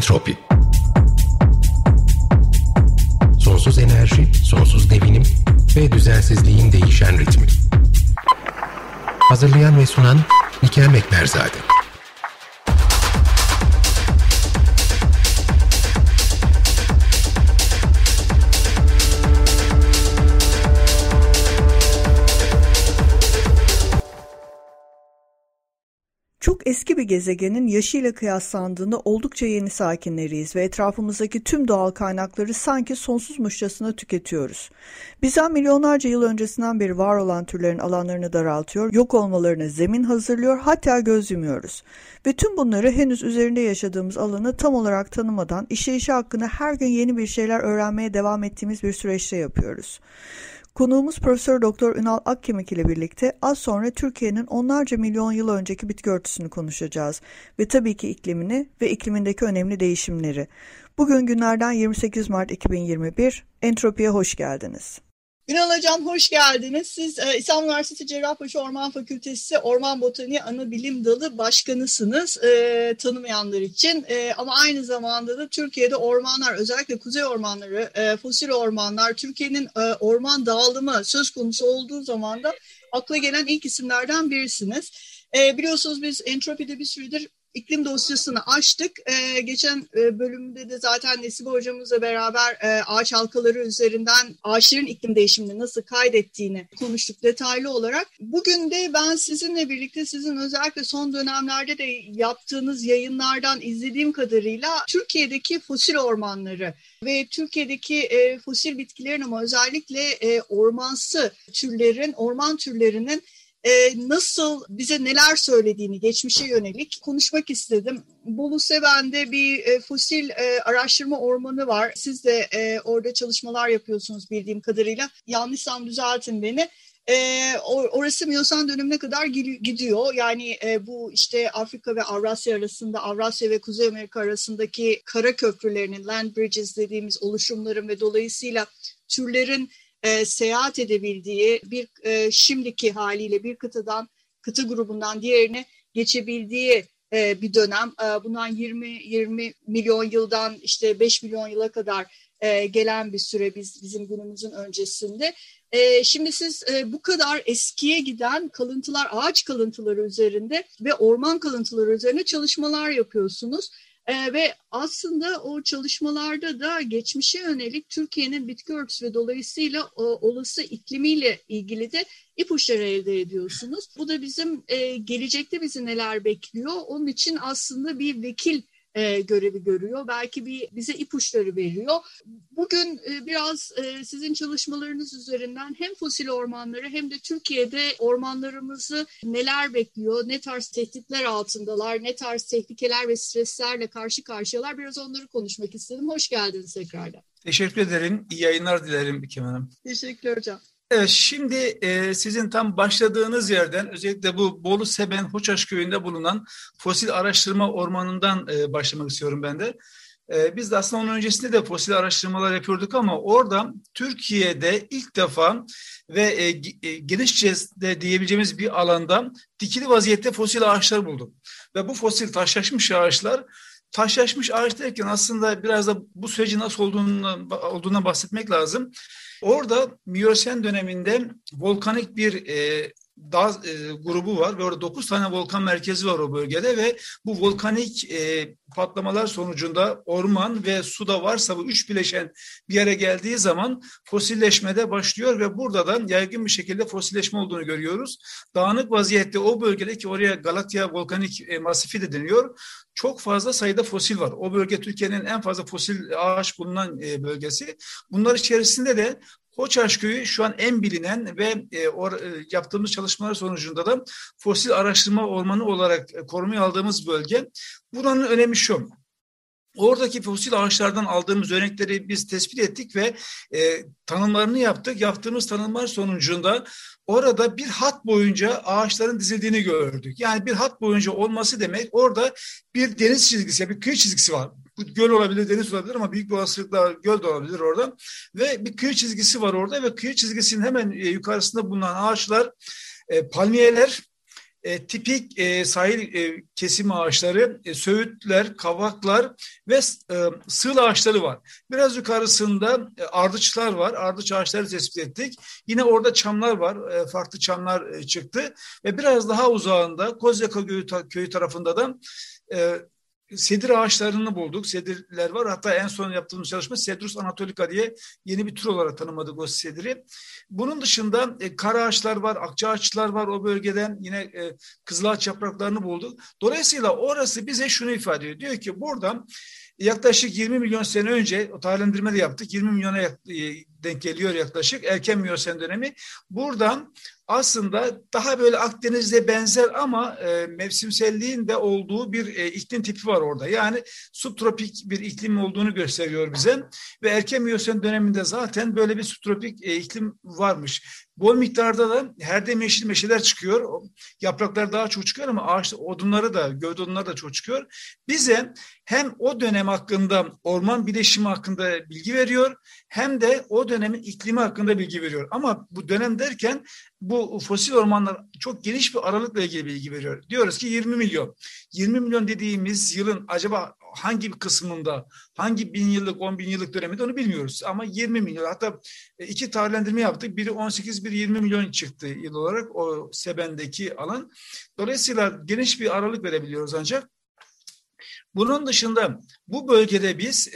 Entropi. Sonsuz enerji, sonsuz devinim ve düzensizliğin değişen ritmi. Hazırlayan ve sunan İlker Mekberzade. Çok eski bir gezegenin yaşıyla kıyaslandığında oldukça yeni sakinleriyiz ve etrafımızdaki tüm doğal kaynakları sanki sonsuzmuşçasına tüketiyoruz. Bizden milyonlarca yıl öncesinden beri var olan türlerin alanlarını daraltıyor, yok olmalarına zemin hazırlıyor, hatta göz yumuyoruz. Ve tüm bunları henüz üzerinde yaşadığımız alanı tam olarak tanımadan işleyişi hakkında her gün yeni bir şeyler öğrenmeye devam ettiğimiz bir süreçte yapıyoruz. Konuğumuz Profesör Doktor Ünal Akkemik ile birlikte az sonra Türkiye'nin onlarca milyon yıl önceki bitki örtüsünü konuşacağız ve tabii ki iklimini ve iklimindeki önemli değişimleri. Bugün günlerden 28 Mart 2021, Entropi'ye hoş geldiniz. Ünal Hocam hoş geldiniz. Siz İstanbul Üniversitesi Cerrahpaşa Orman Fakültesi Orman Botaniği Anabilim Dalı Başkanısınız tanımayanlar için. Ama aynı zamanda da Türkiye'de ormanlar, özellikle kuzey ormanları, fosil ormanlar, Türkiye'nin orman dağılımı söz konusu olduğu zaman da akla gelen ilk isimlerden birisiniz. Biliyorsunuz biz Entropi'de bir süredir İklim dosyasını açtık. Geçen bölümde de zaten Nesibe hocamızla beraber ağaç halkaları üzerinden ağaçların iklim değişimini nasıl kaydettiğini konuştuk detaylı olarak. Bugün de ben sizinle birlikte sizin özellikle son dönemlerde de yaptığınız yayınlardan izlediğim kadarıyla Türkiye'deki fosil ormanları ve Türkiye'deki fosil bitkilerin ama özellikle ormansı türlerin, orman türlerinin nasıl bize neler söylediğini geçmişe yönelik konuşmak istedim. Bolu Seven'de bir fosil araştırma ormanı var. Siz de orada çalışmalar yapıyorsunuz bildiğim kadarıyla. Yanlışsam düzeltin beni. Orası Miyosen dönemine kadar gidiyor. Yani bu işte Afrika ve Avrasya arasında, Avrasya ve Kuzey Amerika arasındaki kara köprülerinin, land bridges dediğimiz oluşumların ve dolayısıyla türlerin seyahat edebildiği, bir şimdiki haliyle bir kıta grubundan diğerine geçebildiği bir dönem. Bundan 20 milyon yıldan işte 5 milyon yıla kadar gelen bir süre bizim günümüzün öncesinde. Şimdi siz bu kadar eskiye giden kalıntılar, ağaç kalıntıları üzerinde ve orman kalıntıları üzerine çalışmalar yapıyorsunuz. Ve aslında o çalışmalarda da geçmişe yönelik Türkiye'nin bitki örtüsü ve dolayısıyla olası iklimiyle ilgili de ipuçları elde ediyorsunuz. Bu da bizim gelecekte bizi neler bekliyor, onun için aslında bir vekil görevi görüyor. Belki bize ipuçları veriyor. Bugün biraz sizin çalışmalarınız üzerinden hem fosil ormanları hem de Türkiye'de ormanlarımızı neler bekliyor, ne tarz tehditler altındalar, ne tarz tehlikeler ve streslerle karşı karşıyalar, biraz onları konuşmak istedim. Hoş geldiniz tekrardan. Teşekkür ederim. İyi yayınlar dilerim Bikem Hanım. Teşekkürler hocam. Evet, şimdi sizin tam başladığınız yerden, özellikle bu Bolu Seben Hoçaş köyünde bulunan fosil araştırma ormanından başlamak istiyorum ben de. Biz de aslında onun öncesinde de fosil araştırmalar yapıyorduk ama orada Türkiye'de ilk defa ve genişçe de diyebileceğimiz bir alanda dikili vaziyette fosil ağaçlar bulduk. Ve bu fosil taşlaşmış ağaçlar, taşlaşmış ağaç derken aslında biraz da bu sürecin nasıl olduğundan bahsetmek lazım. Orada Miyosen döneminde volkanik bir dağ grubu var ve orada 9 tane volkan merkezi var o bölgede ve bu volkanik patlamalar sonucunda orman ve su da varsa bu üç bileşen bir yere geldiği zaman fosilleşmede başlıyor ve burada da yaygın bir şekilde fosilleşme olduğunu görüyoruz. Dağınık vaziyette o bölgede, ki oraya Galatya volkanik masifi de deniyor, çok fazla sayıda fosil var. O bölge Türkiye'nin en fazla fosil ağaç bulunan bölgesi. Bunlar içerisinde de Hoçaş Köyü şu an en bilinen ve yaptığımız çalışmalar sonucunda da fosil araştırma ormanı olarak korumaya aldığımız bölge. Buranın önemi şu: oradaki fosil ağaçlardan aldığımız örnekleri biz tespit ettik ve tanımlarını yaptık. Yaptığımız tanımlar sonucunda orada bir hat boyunca ağaçların dizildiğini gördük. Yani bir hat boyunca olması demek, orada bir deniz çizgisi, bir kıyı çizgisi var. Bu göl olabilir, deniz olabilir ama büyük bir olasılıkla göl de olabilir orada. Ve bir kıyı çizgisi var orada ve kıyı çizgisinin hemen yukarısında bulunan ağaçlar palmiyeler, tipik sahil kesim ağaçları, söğütler, kavaklar ve sığıl ağaçları var. Biraz yukarısında ardıçlar var. Ardıç ağaçları tespit ettik. Yine orada çamlar var. Farklı çamlar çıktı. Ve biraz daha uzağında Kozyaka köyü tarafında da sedir ağaçlarını bulduk. Sedirler var. Hatta en son yaptığımız çalışma Cedrus anatolica diye yeni bir tür olarak tanımladık o sediri. Bunun dışında kara ağaçlar var, akça ağaçlar var o bölgeden. Yine kızılağaç yapraklarını bulduk. Dolayısıyla orası bize şunu ifade ediyor. Diyor ki buradan yaklaşık 20 milyon sene önce o tarihlendirme de yaptık. 20 milyona denk geliyor yaklaşık erken Miyosen dönemi. Buradan aslında daha böyle Akdeniz'de benzer ama mevsimselliğin de olduğu bir iklim tipi var orada. Yani subtropik bir iklim olduğunu gösteriyor bize. Ve erken Miyosen döneminde zaten böyle bir subtropik iklim varmış. Bol miktarda da herdem yeşil meşeler çıkıyor. Yapraklar daha çok çıkıyor ama ağaç odunları da, gövde odunları da çok çıkıyor. Bize hem o dönem hakkında, orman bileşimi hakkında bilgi veriyor, hem de o dönemin iklimi hakkında bilgi veriyor. Ama bu dönem derken bu fosil ormanlar çok geniş bir aralıkla ilgili bilgi veriyor. Diyoruz ki 20 milyon. 20 milyon dediğimiz yılın acaba hangi bir kısmında, hangi 1000 yıllık, 10 bin yıllık döneminde onu bilmiyoruz. Ama 20 milyon, hatta iki tarihlendirme yaptık. Biri 18, biri 20 milyon çıktı yıl olarak o Seben'deki alan. Dolayısıyla geniş bir aralık verebiliyoruz ancak. Bunun dışında bu bölgede biz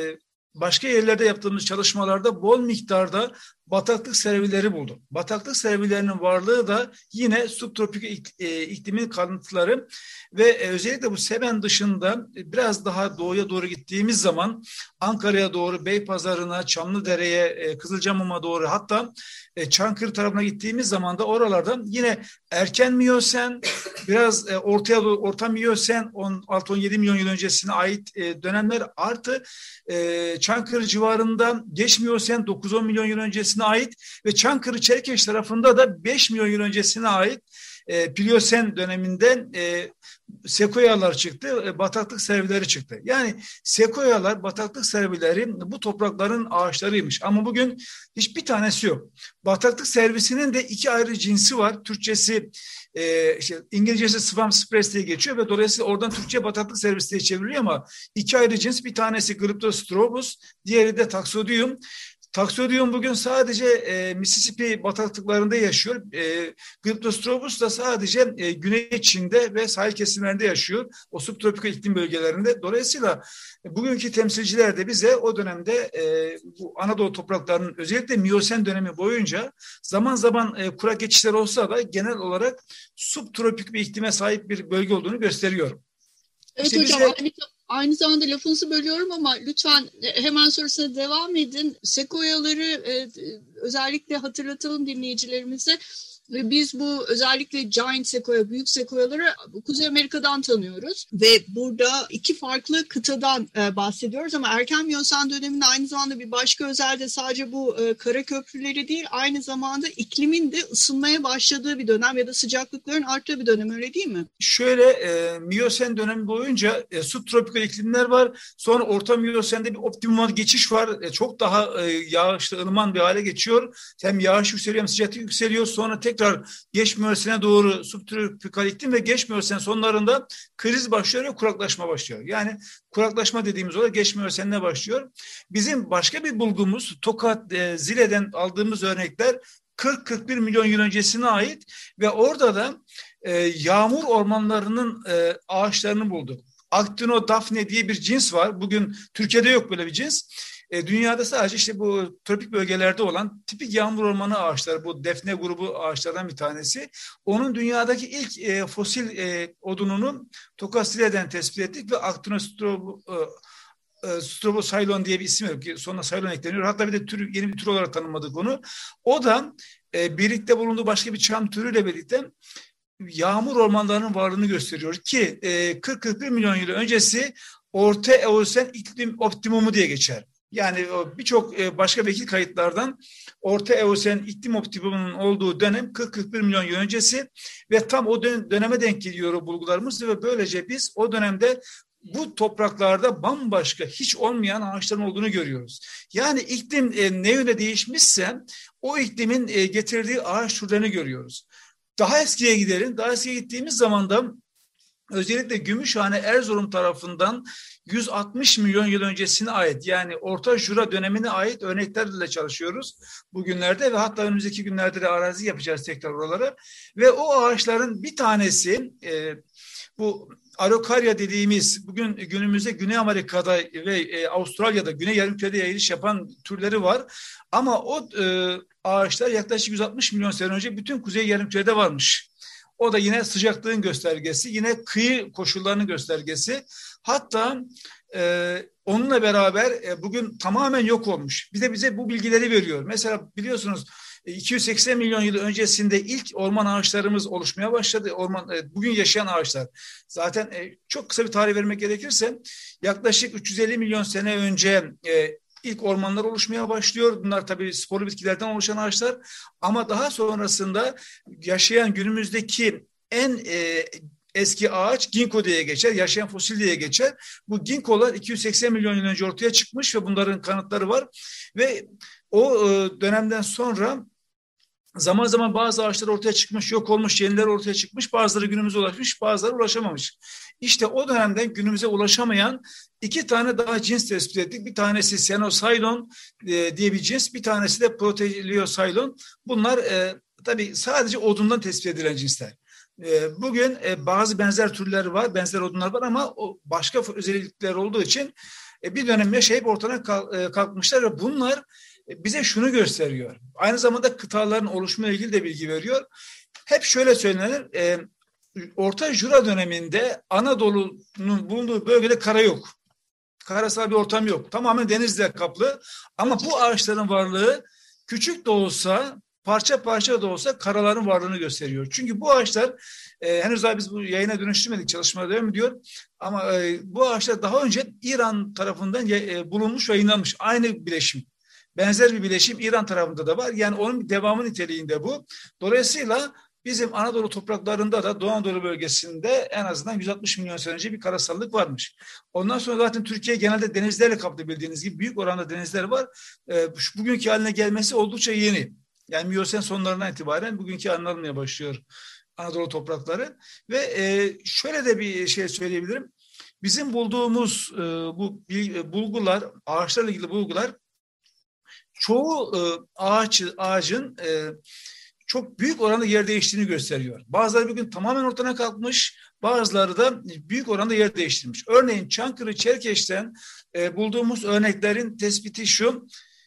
başka yerlerde yaptığımız çalışmalarda bol miktarda bataklık servileri bulduk. Bataklık servilerinin varlığı da yine subtropik iklimin kalıntıları ve özellikle bu Seben dışında biraz daha doğuya doğru gittiğimiz zaman Ankara'ya doğru, Beypazarı'na, Çamlıdere'ye, Kızılcamam'a doğru hatta Çankırı tarafına gittiğimiz zaman da oralardan yine erken Miyosen, biraz orta Miyosen 16-17 milyon yıl öncesine ait dönemler artı Çankırı civarında geç Miyosen 9-10 milyon yıl öncesine ait ve Çankırı Çerkeş tarafında da 5 milyon yıl öncesine ait Pliyosen döneminden sekoyalar çıktı, bataklık servileri çıktı. Yani sekoyalar, bataklık servileri bu toprakların ağaçlarıymış. Ama bugün hiçbir tanesi yok. Bataklık servisinin de iki ayrı cinsi var. Türkçesi, İngilizcesi Swamp Cypress diye geçiyor ve dolayısıyla oradan Türkçe bataklık servisi diye çevriliyor ama iki ayrı cins, bir tanesi Gryptostrobus, diğeri de Taxodium. Taxodium bugün sadece Mississippi bataklıklarında yaşıyor. Gryptostrobus da sadece Güney Çin'de ve sahil kesimlerinde yaşıyor. O subtropikal iklim bölgelerinde. Dolayısıyla bugünkü temsilciler de bize o dönemde bu Anadolu topraklarının özellikle Miyosen dönemi boyunca zaman zaman kurak geçişler olsa da genel olarak subtropik bir iklime sahip bir bölge olduğunu gösteriyor. Evet işte hocam, aynı zamanda lafınızı bölüyorum ama lütfen hemen sorusuna devam edin. Sekoyaları özellikle hatırlatalım dinleyicilerimize. Biz bu özellikle giant sekoya, büyük sekoyaları Kuzey Amerika'dan tanıyoruz ve burada iki farklı kıtadan bahsediyoruz ama erken Miyosen döneminde aynı zamanda bir başka özelliği de sadece bu kara köprüleri değil, aynı zamanda iklimin de ısınmaya başladığı bir dönem ya da sıcaklıkların arttığı bir dönem, öyle değil mi? Şöyle Miyosen dönemi boyunca subtropikal iklimler var. Sonra orta Miyosen'de bir optimuma geçiş var. Çok daha yağışlı, ılıman bir hale geçiyor. Hem yağış yükseliyor hem sıcaklık yükseliyor. Sonra tekrar geç Miyosen'e doğru subtropikal iklim ve geç Miyosen sonlarında kriz başlıyor ve kuraklaşma başlıyor. Yani kuraklaşma dediğimiz olay geç Miyosen'le başlıyor. Bizim başka bir bulgumuz Tokat, Zile'den aldığımız örnekler 40-41 milyon yıl öncesine ait ve orada da yağmur ormanlarının ağaçlarını bulduk. Actinodafne diye bir cins var. Bugün Türkiye'de yok böyle bir cins. Dünyada sadece işte bu tropik bölgelerde olan tipik yağmur ormanı ağaçları, bu defne grubu ağaçlardan bir tanesi. Onun dünyadaki ilk fosil odununu Tokasile'den tespit ettik ve Strobosailon diye bir isim yok. Sonra Sailon ekleniyor. Hatta bir de yeni bir tür olarak tanımladık onu. O da birlikte bulunduğu başka bir çam türüyle birlikte yağmur ormanlarının varlığını gösteriyor ki 40-41 milyon yıl öncesi Orta Eosen iklim optimumu diye geçer. Yani birçok başka vekil kayıtlardan Orta Eosen iklim optimumunun olduğu dönem 40-41 milyon yıl öncesi ve tam o döneme denk geliyor o bulgularımız ve böylece biz o dönemde bu topraklarda bambaşka hiç olmayan ağaçların olduğunu görüyoruz. Yani iklim ne yöne değişmişse o iklimin getirdiği ağaç türlerini görüyoruz. Daha eskiye gidelim. Daha eskiye gittiğimiz zaman da özellikle Gümüşhane, Erzurum tarafından 160 milyon yıl öncesine ait, yani Orta Jura dönemine ait örneklerle çalışıyoruz bugünlerde ve hatta önümüzdeki günlerde de arazi yapacağız tekrar oralara. Ve o ağaçların bir tanesi bu Araucaria dediğimiz, bugün günümüzde Güney Amerika'da ve Avustralya'da, Güney Yarımküre'de yayılış yapan türleri var. Ama o ağaçlar yaklaşık 160 milyon sene önce bütün Kuzey Yarımküre'de varmış. O da yine sıcaklığın göstergesi, yine kıyı koşullarının göstergesi. Hatta onunla beraber bugün tamamen yok olmuş. Bize bu bilgileri veriyor. Mesela biliyorsunuz 280 milyon yıl öncesinde ilk orman ağaçlarımız oluşmaya başladı. Bugün yaşayan ağaçlar. Zaten çok kısa bir tarih vermek gerekirse yaklaşık 350 milyon sene önce ilk ormanlar oluşmaya başlıyor. Bunlar tabii sporlu bitkilerden oluşan ağaçlar. Ama daha sonrasında yaşayan günümüzdeki en eski ağaç ginkgo diye geçer, yaşayan fosil diye geçer. Bu ginkgolar 280 milyon yıl önce ortaya çıkmış ve bunların kanıtları var. Ve o dönemden sonra zaman zaman bazı ağaçlar ortaya çıkmış, yok olmuş, yeniler ortaya çıkmış, bazıları günümüze ulaşmış, bazıları ulaşamamış. İşte o dönemden günümüze ulaşamayan 2 tane daha cins tespit ettik. Bir tanesi Cenosilon diye bir cins, bir tanesi de Protelioscilon. Bunlar tabii sadece odundan tespit edilen cinsler. Bugün bazı benzer türler var, benzer odunlar var ama o başka özellikler olduğu için bir dönem yaşayıp ortadan kalkmışlar ve bunlar bize şunu gösteriyor. Aynı zamanda kıtaların oluşumuyla ilgili de bilgi veriyor. Hep şöyle söylenir, Orta Jura döneminde Anadolu'nun bulunduğu bölgede kara yok. Karasal bir ortam yok. Tamamen denizle kaplı. Ama bu ağaçların varlığı küçük de olsa, parça parça da olsa karaların varlığını gösteriyor. Çünkü bu ağaçlar henüz daha biz bu yayına dönüştürmedik, çalışmalar devam ediyor. Ama bu ağaçlar daha önce İran tarafından bulunmuş ve yayınlanmış. Aynı bileşim. Benzer bir bileşim İran tarafında da var. Yani onun devamı niteliğinde bu. Dolayısıyla bizim Anadolu topraklarında da Doğu Anadolu bölgesinde en azından 160 milyon sene önce bir karasallık varmış. Ondan sonra zaten Türkiye genelde denizlerle kaplı, bildiğiniz gibi büyük oranda denizler var. Bugünkü haline gelmesi oldukça yeni. Yani Miyosen sonlarından itibaren bugünkü anılmaya başlıyor Anadolu toprakları. Ve şöyle de bir şey söyleyebilirim. Bizim bulduğumuz bu bulgular, ağaçlarla ilgili bulgular, çoğu ağacın çok büyük oranda yer değiştiğini gösteriyor. Bazıları bugün tamamen ortadan kalkmış, bazıları da büyük oranda yer değiştirmiş. Örneğin Çankırı, Çerkeş'ten bulduğumuz örneklerin tespiti şu: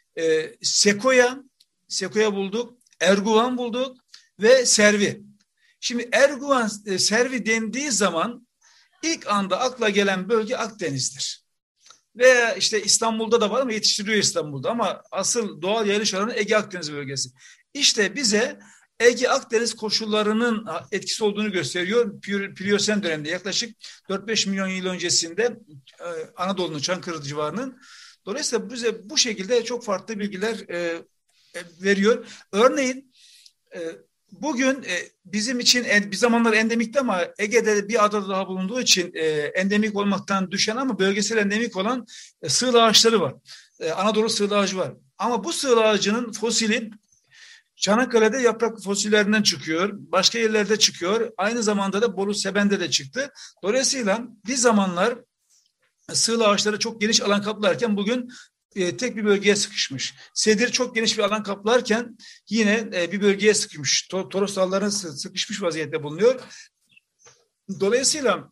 Sekoya bulduk, Erguvan bulduk ve Servi. Şimdi Erguvan, Servi dendiği zaman ilk anda akla gelen bölge Akdeniz'dir. Veya işte İstanbul'da da var ama yetiştiriyor İstanbul'da, ama asıl doğal yayılış alanı Ege Akdeniz bölgesi. İşte bize Ege Akdeniz koşullarının etkisi olduğunu gösteriyor. Pliosen döneminde yaklaşık 4-5 milyon yıl öncesinde Anadolu'nun Çankırı civarının. Dolayısıyla bize bu şekilde çok farklı bilgiler veriyor. Örneğin bugün bizim için bir zamanlar endemikti ama Ege'de bir adada daha bulunduğu için endemik olmaktan düşen ama bölgesel endemik olan sığıl ağaçları var. Anadolu sığıl ağacı var. Ama bu sığıl ağacının fosili Çanakkale'de yaprak fosillerinden çıkıyor. Başka yerlerde çıkıyor. Aynı zamanda da Bolu Seben'de de çıktı. Dolayısıyla bir zamanlar sığıl ağaçları çok geniş alan kaplarken bugün tek bir bölgeye sıkışmış. Sedir çok geniş bir alan kaplarken yine bir bölgeye sıkışmış. Toros dalları sıkışmış vaziyette bulunuyor. Dolayısıyla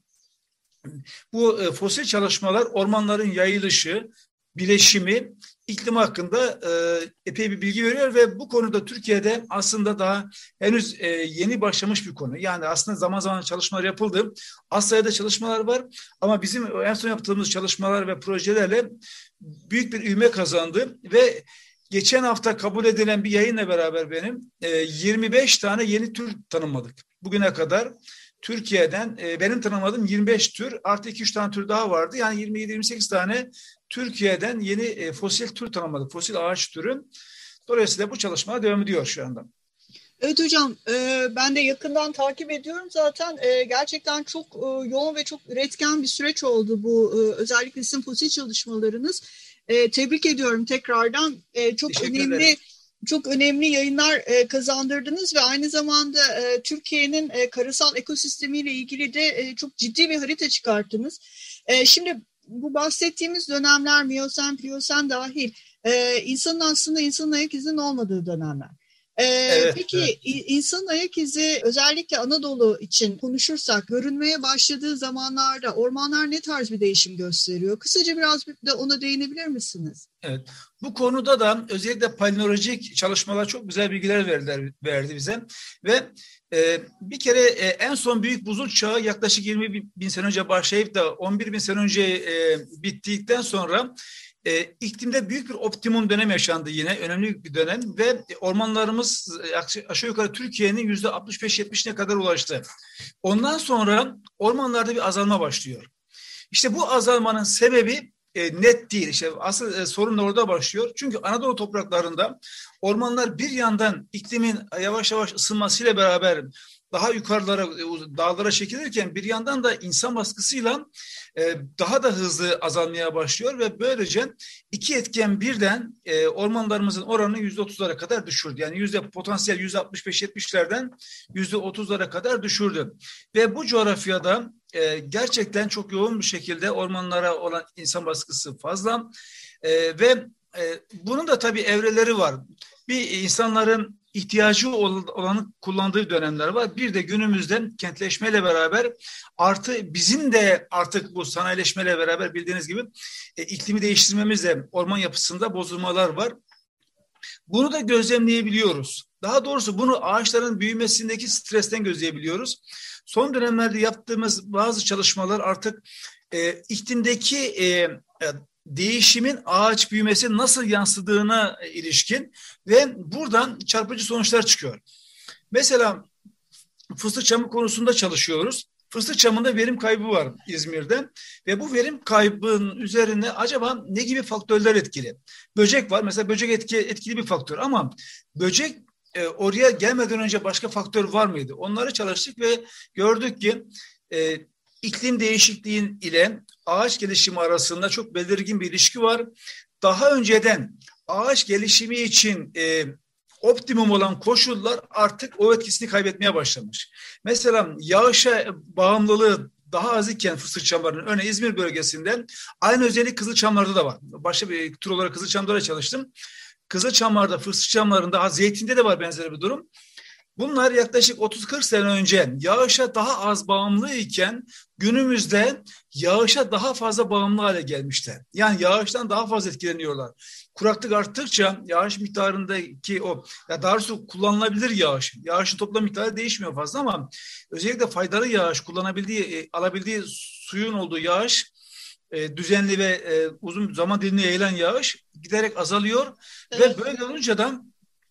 bu fosil çalışmalar ormanların yayılışı, bileşimi, iklim hakkında epey bir bilgi veriyor ve bu konuda Türkiye'de aslında daha henüz yeni başlamış bir konu. Yani aslında zaman zaman çalışmalar yapıldı. Asya'da çalışmalar var ama bizim en son yaptığımız çalışmalar ve projelerle büyük bir ivme kazandı ve geçen hafta kabul edilen bir yayınla beraber 25 tane yeni tür tanımladık. Bugüne kadar Türkiye'den benim tanımadığım 25 tür artı 2-3 tane tür daha vardı. Yani 27-28 tane Türkiye'den yeni fosil tür tanımladık. Fosil ağaç türü. Dolayısıyla bu çalışma devam ediyor şu anda. Evet hocam, ben de yakından takip ediyorum zaten. Gerçekten çok yoğun ve çok üretken bir süreç oldu bu, özellikle sizin fosil çalışmalarınız. Tebrik ediyorum tekrardan. Çok önemli çok önemli yayınlar kazandırdınız ve aynı zamanda Türkiye'nin karasal ekosistemiyle ilgili de çok ciddi bir harita çıkarttınız. Şimdi bu bahsettiğimiz dönemler Miyosen, Pliyosen dahil insanın aslında insanın ayak izinin olmadığı dönemler. Evet, Peki evet. insanın ayak izi özellikle Anadolu için konuşursak görünmeye başladığı zamanlarda ormanlar ne tarz bir değişim gösteriyor? Kısaca biraz da ona değinebilir misiniz? Evet. Bu konuda da özellikle paleontolojik çalışmalar çok güzel bilgiler verdi bize ve bir kere en son büyük buzul çağı yaklaşık 20 bin sene önce başlayıp da 11 bin sene önce bittikten sonra iklimde büyük bir optimum dönem yaşandı, yine önemli bir dönem ve ormanlarımız aşağı yukarı Türkiye'nin %65-70'ine kadar ulaştı. Ondan sonra ormanlarda bir azalma başlıyor. İşte bu azalmanın sebebi net değil. İşte asıl sorun orada başlıyor. Çünkü Anadolu topraklarında ormanlar bir yandan iklimin yavaş yavaş ısınmasıyla beraber daha yukarılara, dağlara çekilirken bir yandan da insan baskısıyla daha da hızlı azalmaya başlıyor ve böylece iki etken birden ormanlarımızın oranını %30'lara kadar düşürdü. Yani potansiyel %65-70'lerden %30'lara kadar düşürdü. Ve bu coğrafyada gerçekten çok yoğun bir şekilde ormanlara olan insan baskısı fazla ve bunun da tabii evreleri var. Bir insanların ihtiyacı olanı kullandığı dönemler var. Bir de günümüzde kentleşmeyle beraber artı bizim de artık bu sanayileşmeyle beraber bildiğiniz gibi iklimi değiştirmemizle orman yapısında bozulmalar var. Bunu da gözlemleyebiliyoruz. Daha doğrusu bunu ağaçların büyümesindeki stresten gözleyebiliyoruz. Son dönemlerde yaptığımız bazı çalışmalar artık iklimdeki değişimin ağaç büyümesi nasıl yansıdığına ilişkin ve buradan çarpıcı sonuçlar çıkıyor. Mesela fıstık çamı konusunda çalışıyoruz. Fıstık çamında verim kaybı var İzmir'de ve bu verim kaybının üzerine acaba ne gibi faktörler etkili? Böcek var. Mesela böcek etkili bir faktör ama böcek oraya gelmeden önce başka faktör var mıydı? Onları çalıştık ve gördük ki iklim değişikliği ile ağaç gelişimi arasında çok belirgin bir ilişki var. Daha önceden ağaç gelişimi için optimum olan koşullar artık o etkisini kaybetmeye başlamış. Mesela yağışa bağımlılığı daha az iken fıstık çamlarının, örneğin İzmir bölgesinden aynı özellik Kızılçamlar'da da var. Başka bir tür olarak Kızılçamlar'da çalıştım. Kızılçamlar'da, fıstık çamlarında, zeytinde de var benzer bir durum. Bunlar yaklaşık 30-40 sene önce yağışa daha az bağımlı iken günümüzde yağışa daha fazla bağımlı hale gelmişler. Yani yağıştan daha fazla etkileniyorlar. Kuraklık arttıkça yağış miktarındaki daha doğrusu kullanılabilir yağış. Yağışın toplam miktarı değişmiyor fazla ama özellikle faydalı yağış, alabildiği suyun olduğu yağış, düzenli ve uzun zaman dilimine yayılan yağış giderek azalıyor. Evet. Ve böyle olunca da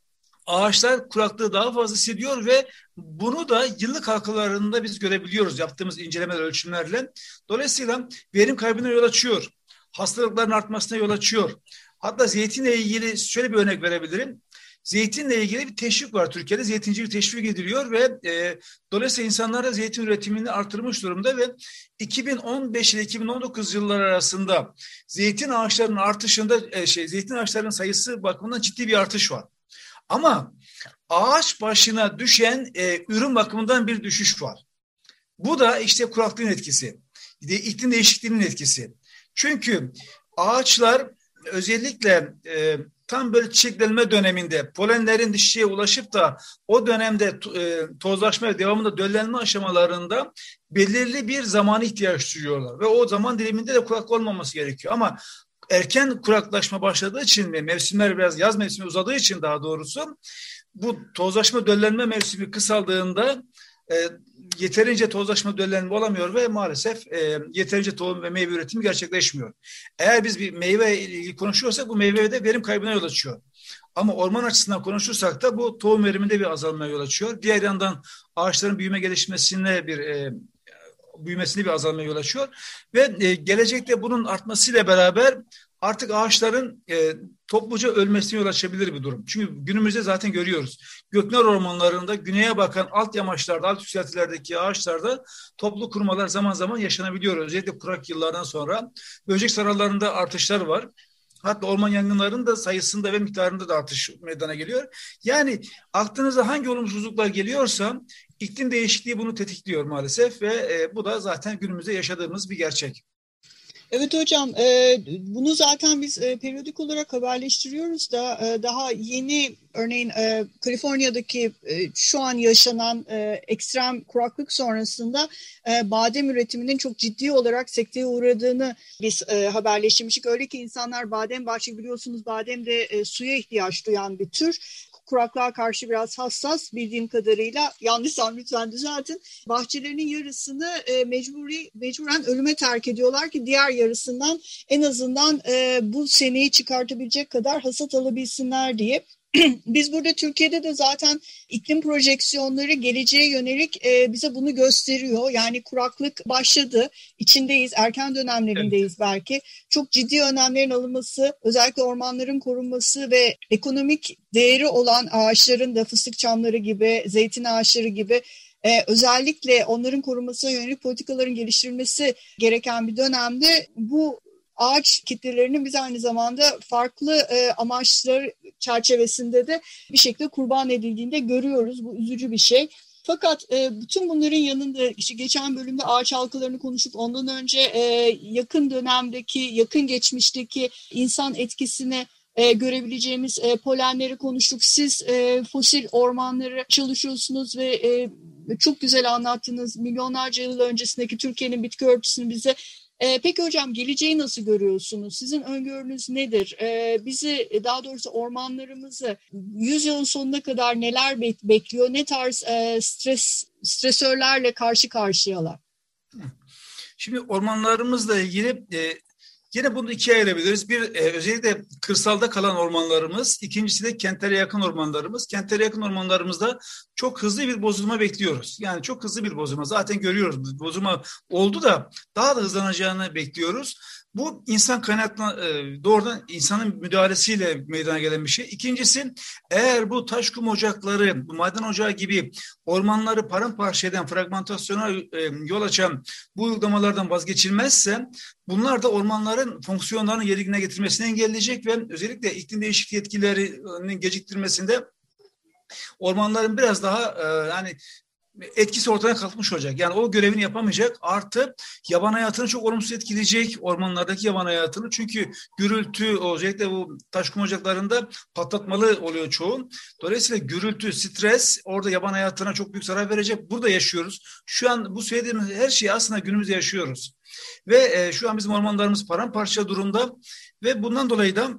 ağaçlar kuraklığı daha fazla hissediyor ve bunu da yıllık halkalarında biz görebiliyoruz yaptığımız incelemeler, ölçümlerle. Dolayısıyla verim kaybına yol açıyor. Hastalıkların artmasına yol açıyor. Hatta zeytinle ilgili şöyle bir örnek verebilirim. Zeytinle ilgili bir teşvik var Türkiye'de. Zeytincilik teşvik ediliyor ve dolayısıyla insanlar da zeytin üretimini artırmış durumda ve 2015 ile 2019 yılları arasında zeytin ağaçlarının artışında zeytin ağaçlarının sayısı bakımından ciddi bir artış var. Ama ağaç başına düşen ürün bakımından bir düşüş var. Bu da işte kuraklığın etkisi, iklim değişikliğinin etkisi. Çünkü ağaçlar özellikle tam böyle çiçeklenme döneminde polenlerin dişiye ulaşıp da o dönemde tozlaşma ve devamında döllenme aşamalarında belirli bir zamana ihtiyaç duyuyorlar. Ve o zaman diliminde de kuraklık olmaması gerekiyor. Ama erken kuraklaşma başladığı için ve mevsimler biraz yaz mevsimi uzadığı için daha doğrusu bu tozlaşma döllenme mevsimi kısaldığında yeterince tozlaşma döllenme olamıyor ve maalesef yeterince tohum ve meyve üretimi gerçekleşmiyor. Eğer biz bir meyve ile ilgili konuşuyorsak bu meyvede verim kaybına yol açıyor. Ama orman açısından konuşursak da bu tohum veriminde bir azalmaya yol açıyor. Diğer yandan ağaçların büyümesine bir azalmaya yol açıyor. Ve gelecekte bunun artmasıyla beraber artık ağaçların topluca ölmesine yol açabilir bir durum. Çünkü günümüzde zaten görüyoruz. Göknar ormanlarında güneye bakan alt yamaçlarda, alt yükseltilerdeki ağaçlarda toplu kurumalar zaman zaman yaşanabiliyor. Özellikle kurak yıllardan sonra böcek saraylarında artışlar var. Hatta orman yangınlarının da sayısında ve miktarında da artış meydana geliyor. Yani aklınıza hangi olumsuzluklar geliyorsa iklim değişikliği bunu tetikliyor maalesef ve bu da zaten günümüzde yaşadığımız bir gerçek. Evet hocam, bunu zaten biz periyodik olarak haberleştiriyoruz da daha yeni örneğin Kaliforniya'daki şu an yaşanan ekstrem kuraklık sonrasında badem üretiminin çok ciddi olarak sekteye uğradığını biz haberleştirmiştik. Öyle ki insanlar badem bahçesi, biliyorsunuz badem de suya ihtiyaç duyan bir tür. Kuraklığa karşı biraz hassas bildiğim kadarıyla, yanlışsam lütfen düzeltin. Bahçelerinin yarısını mecburen ölüme terk ediyorlar ki diğer yarısından en azından bu seneyi çıkartabilecek kadar hasat alabilsinler diye. Biz burada Türkiye'de de zaten iklim projeksiyonları geleceğe yönelik bize bunu gösteriyor. Yani kuraklık başladı, içindeyiz, erken dönemlerindeyiz belki. Çok ciddi önlemlerin alınması, özellikle ormanların korunması ve ekonomik değeri olan ağaçların da fıstık çamları gibi, zeytin ağaçları gibi özellikle onların korunmasına yönelik politikaların geliştirilmesi gereken bir dönemde bu ağaç kitlelerinin biz aynı zamanda farklı amaçlar çerçevesinde de bir şekilde kurban edildiğinde görüyoruz. Bu üzücü bir şey. Fakat bütün bunların yanında işte geçen bölümde ağaç halkalarını konuşup ondan önce yakın dönemdeki, yakın geçmişteki insan etkisini görebileceğimiz polenleri konuştuk. Siz fosil ormanları çalışıyorsunuz ve çok güzel anlattınız. Milyonlarca yıl öncesindeki Türkiye'nin bitki örtüsünü bize. Peki hocam, geleceği nasıl görüyorsunuz? Sizin öngörünüz nedir? Bizi, daha doğrusu ormanlarımızı 100 yılın sonuna kadar neler bekliyor? Ne tarz stresörlerle karşı karşıyalar? Şimdi ormanlarımızla ilgili yine bunu ikiye ayırabiliriz. Bir, özellikle kırsalda kalan ormanlarımız. İkincisi de kentlere yakın ormanlarımız. Kentlere yakın ormanlarımızda çok hızlı bir bozulma bekliyoruz. Yani çok hızlı bir bozulma. Zaten görüyoruz. Bozulma oldu da daha da hızlanacağını bekliyoruz. Bu insan kaynaklı, doğrudan insanın müdahalesiyle meydana gelen bir şey. İkincisi, eğer bu taş kum ocakları, bu maden ocağı gibi ormanları paramparça eden, fragmentasyona yol açan bu uygulamalardan vazgeçilmezse bunlar da ormanların fonksiyonlarını yerine getirmesini engelleyecek ve özellikle iklim değişikliği etkilerinin geciktirmesinde ormanların biraz daha yani etkisi ortadan kalkmış olacak. Yani o görevini yapamayacak. Artı yaban hayatını çok olumsuz etkileyecek, ormanlardaki yaban hayatını. Çünkü gürültü, özellikle bu taş kum ocaklarında patlatmalı oluyor çoğu. Dolayısıyla gürültü, stres orada yaban hayatına çok büyük zarar verecek. Burada yaşıyoruz. Şu an bu söylediğimiz her şeyi aslında günümüzde yaşıyoruz. Ve şu an bizim ormanlarımız paramparça durumda ve bundan dolayı da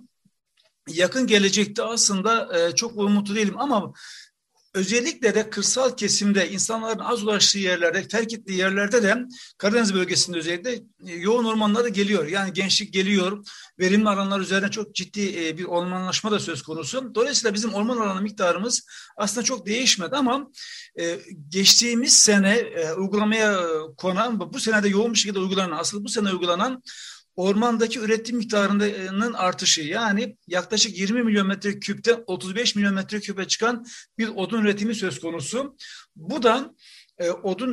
yakın gelecekte aslında çok umutlu değilim ama özellikle de kırsal kesimde insanların az ulaştığı yerlerde, terk ettiği yerlerde de Karadeniz bölgesinde özellikle yoğun ormanlar da geliyor. Yani gençlik geliyor, verimli alanlar üzerine çok ciddi bir ormanlaşma da söz konusu. Dolayısıyla bizim orman alanı miktarımız aslında çok değişmedi ama geçtiğimiz sene uygulamaya konan, bu sene de yoğun bir şekilde uygulanan, asıl bu sene uygulanan ormandaki üretim miktarının artışı, yani yaklaşık 20 milyon metreküpten 35 milyon metreküpe çıkan bir odun üretimi söz konusu. Bu da odun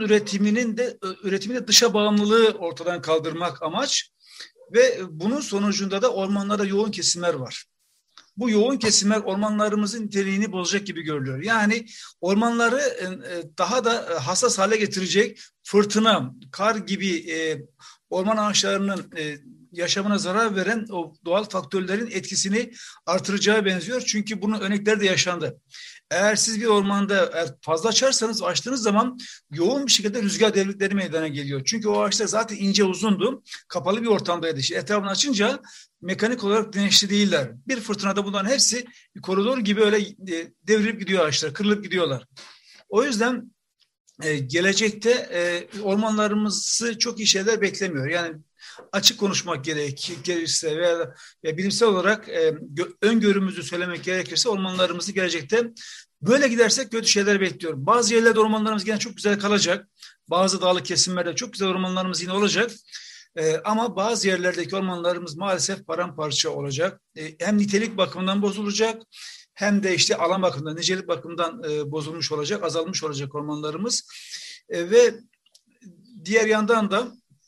üretiminde dışa bağımlılığı ortadan kaldırmak amaç ve bunun sonucunda da ormanlarda yoğun kesimler var. Bu yoğun kesimler ormanlarımızın niteliğini bozacak gibi görülüyor. Yani ormanları daha da hassas hale getirecek fırtına, kar gibi orman ağaçlarının yaşamına zarar veren o doğal faktörlerin etkisini artıracağı benziyor. Çünkü bunun örnekleri de yaşandı. Eğer siz bir ormanda fazla açarsanız, açtığınız zaman yoğun bir şekilde rüzgar devletleri meydana geliyor. Çünkü o ağaçlar zaten ince uzundu, kapalı bir ortamdaydı. İşte etrafını açınca mekanik olarak dirençli değiller. Bir fırtınada bunların hepsi bir koridor gibi öyle devrilip gidiyor ağaçlar, kırılıp gidiyorlar. O yüzden gelecekte ormanlarımızı çok iyi şeyler beklemiyor. Yani açık konuşmak gerekirse veya bilimsel olarak öngörümüzü söylemek gerekirse ormanlarımızı gelecekte böyle gidersek kötü şeyler bekliyor. Bazı yerlerde ormanlarımız yine çok güzel kalacak. Bazı dağlık kesimlerde çok güzel ormanlarımız yine olacak. Ama bazı yerlerdeki ormanlarımız maalesef paramparça olacak. Hem nitelik bakımından bozulacak hem de işte alan bakımından, nicelik bakımından bozulmuş olacak, azalmış olacak ormanlarımız. Ve diğer yandan da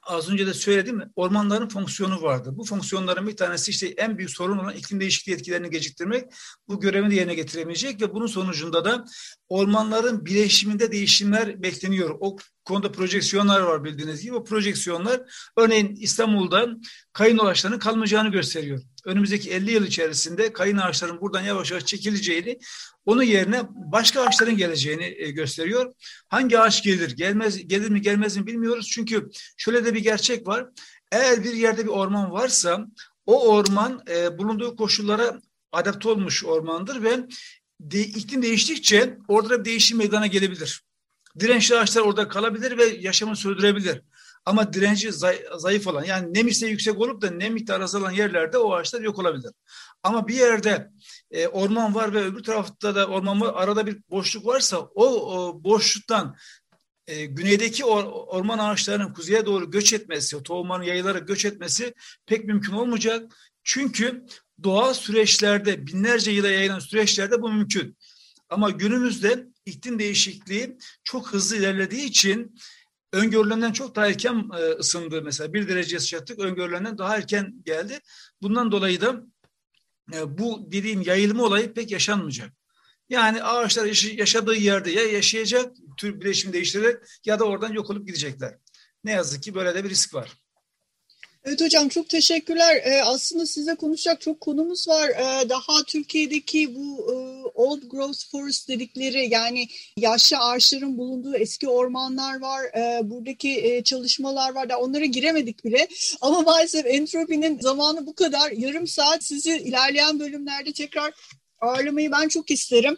az önce de söyledim, ormanların fonksiyonu vardı. Bu fonksiyonların bir tanesi işte en büyük sorun olan iklim değişikliği etkilerini geciktirmek. Bu görevini de yerine getiremeyecek ve bunun sonucunda da ormanların bileşiminde değişimler bekleniyor. O konuda projeksiyonlar var bildiğiniz gibi. O projeksiyonlar örneğin İstanbul'da kayın ağaçlarının kalmayacağını gösteriyor. Önümüzdeki 50 yıl içerisinde kayın ağaçlarının buradan yavaş yavaş çekileceğini, onun yerine başka ağaçların geleceğini gösteriyor. Hangi ağaç gelir mi gelmez mi bilmiyoruz. Çünkü şöyle de bir gerçek var. Eğer bir yerde bir orman varsa o orman bulunduğu koşullara adapte olmuş ormandır ve iklim değiştikçe orada bir değişim meydana gelebilir. Dirençli ağaçlar orada kalabilir ve yaşamını sürdürebilir. Ama direnci zayıf olan, yani nem isteği yüksek olup da nem miktarı azalan yerlerde o ağaçlar yok olabilir. Ama bir yerde orman var ve öbür tarafta da orman var, arada bir boşluk varsa o boşluktan güneydeki orman ağaçlarının kuzeye doğru göç etmesi, o tohumların yayılarak göç etmesi pek mümkün olmayacak. Çünkü doğal süreçlerde, binlerce yıla yayılan süreçlerde bu mümkün. Ama günümüzde iklim değişikliği çok hızlı ilerlediği için öngörülenden çok daha erken ısındı. Mesela 1 derece sıcaklık öngörülenden daha erken geldi. Bundan dolayı da bu dediğim yayılma olayı pek yaşanmayacak. Yani ağaçlar yaşadığı yerde ya yaşayacak, tür bileşimi değiştirerek ya da oradan yok olup gidecekler. Ne yazık ki böyle de bir risk var. Evet hocam, çok teşekkürler. Aslında size konuşacak çok konumuz var. Daha Türkiye'deki bu old growth forest dedikleri, yani yaşlı ağaçların bulunduğu eski ormanlar var. Buradaki çalışmalar var. Onlara giremedik bile. Ama maalesef Entropi'nin zamanı bu kadar. Yarım saat, sizi ilerleyen bölümlerde tekrar ağırlamayı ben çok isterim.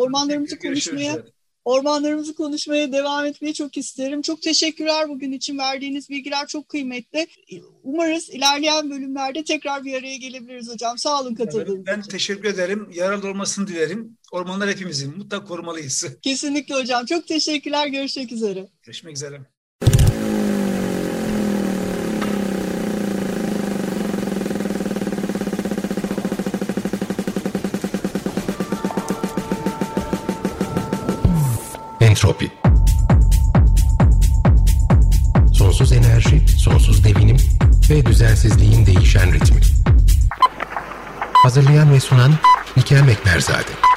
Ormanlarımızı konuşmaya devam etmeyi çok isterim. Çok teşekkürler bugün için. Verdiğiniz bilgiler çok kıymetli. Umarız ilerleyen bölümlerde tekrar bir araya gelebiliriz hocam. Sağ olun katıldığınız için. Ben teşekkür ederim. Yararlı olmasını dilerim. Ormanlar hepimizin. Mutlaka korumalıyız. Kesinlikle hocam. Çok teşekkürler. Görüşmek üzere. Görüşmek üzere. Entropi. Sonsuz enerji, sonsuz devinim ve düzensizliğin değişen ritmi. Hazırlayan ve sunan Nikel Mekberzade.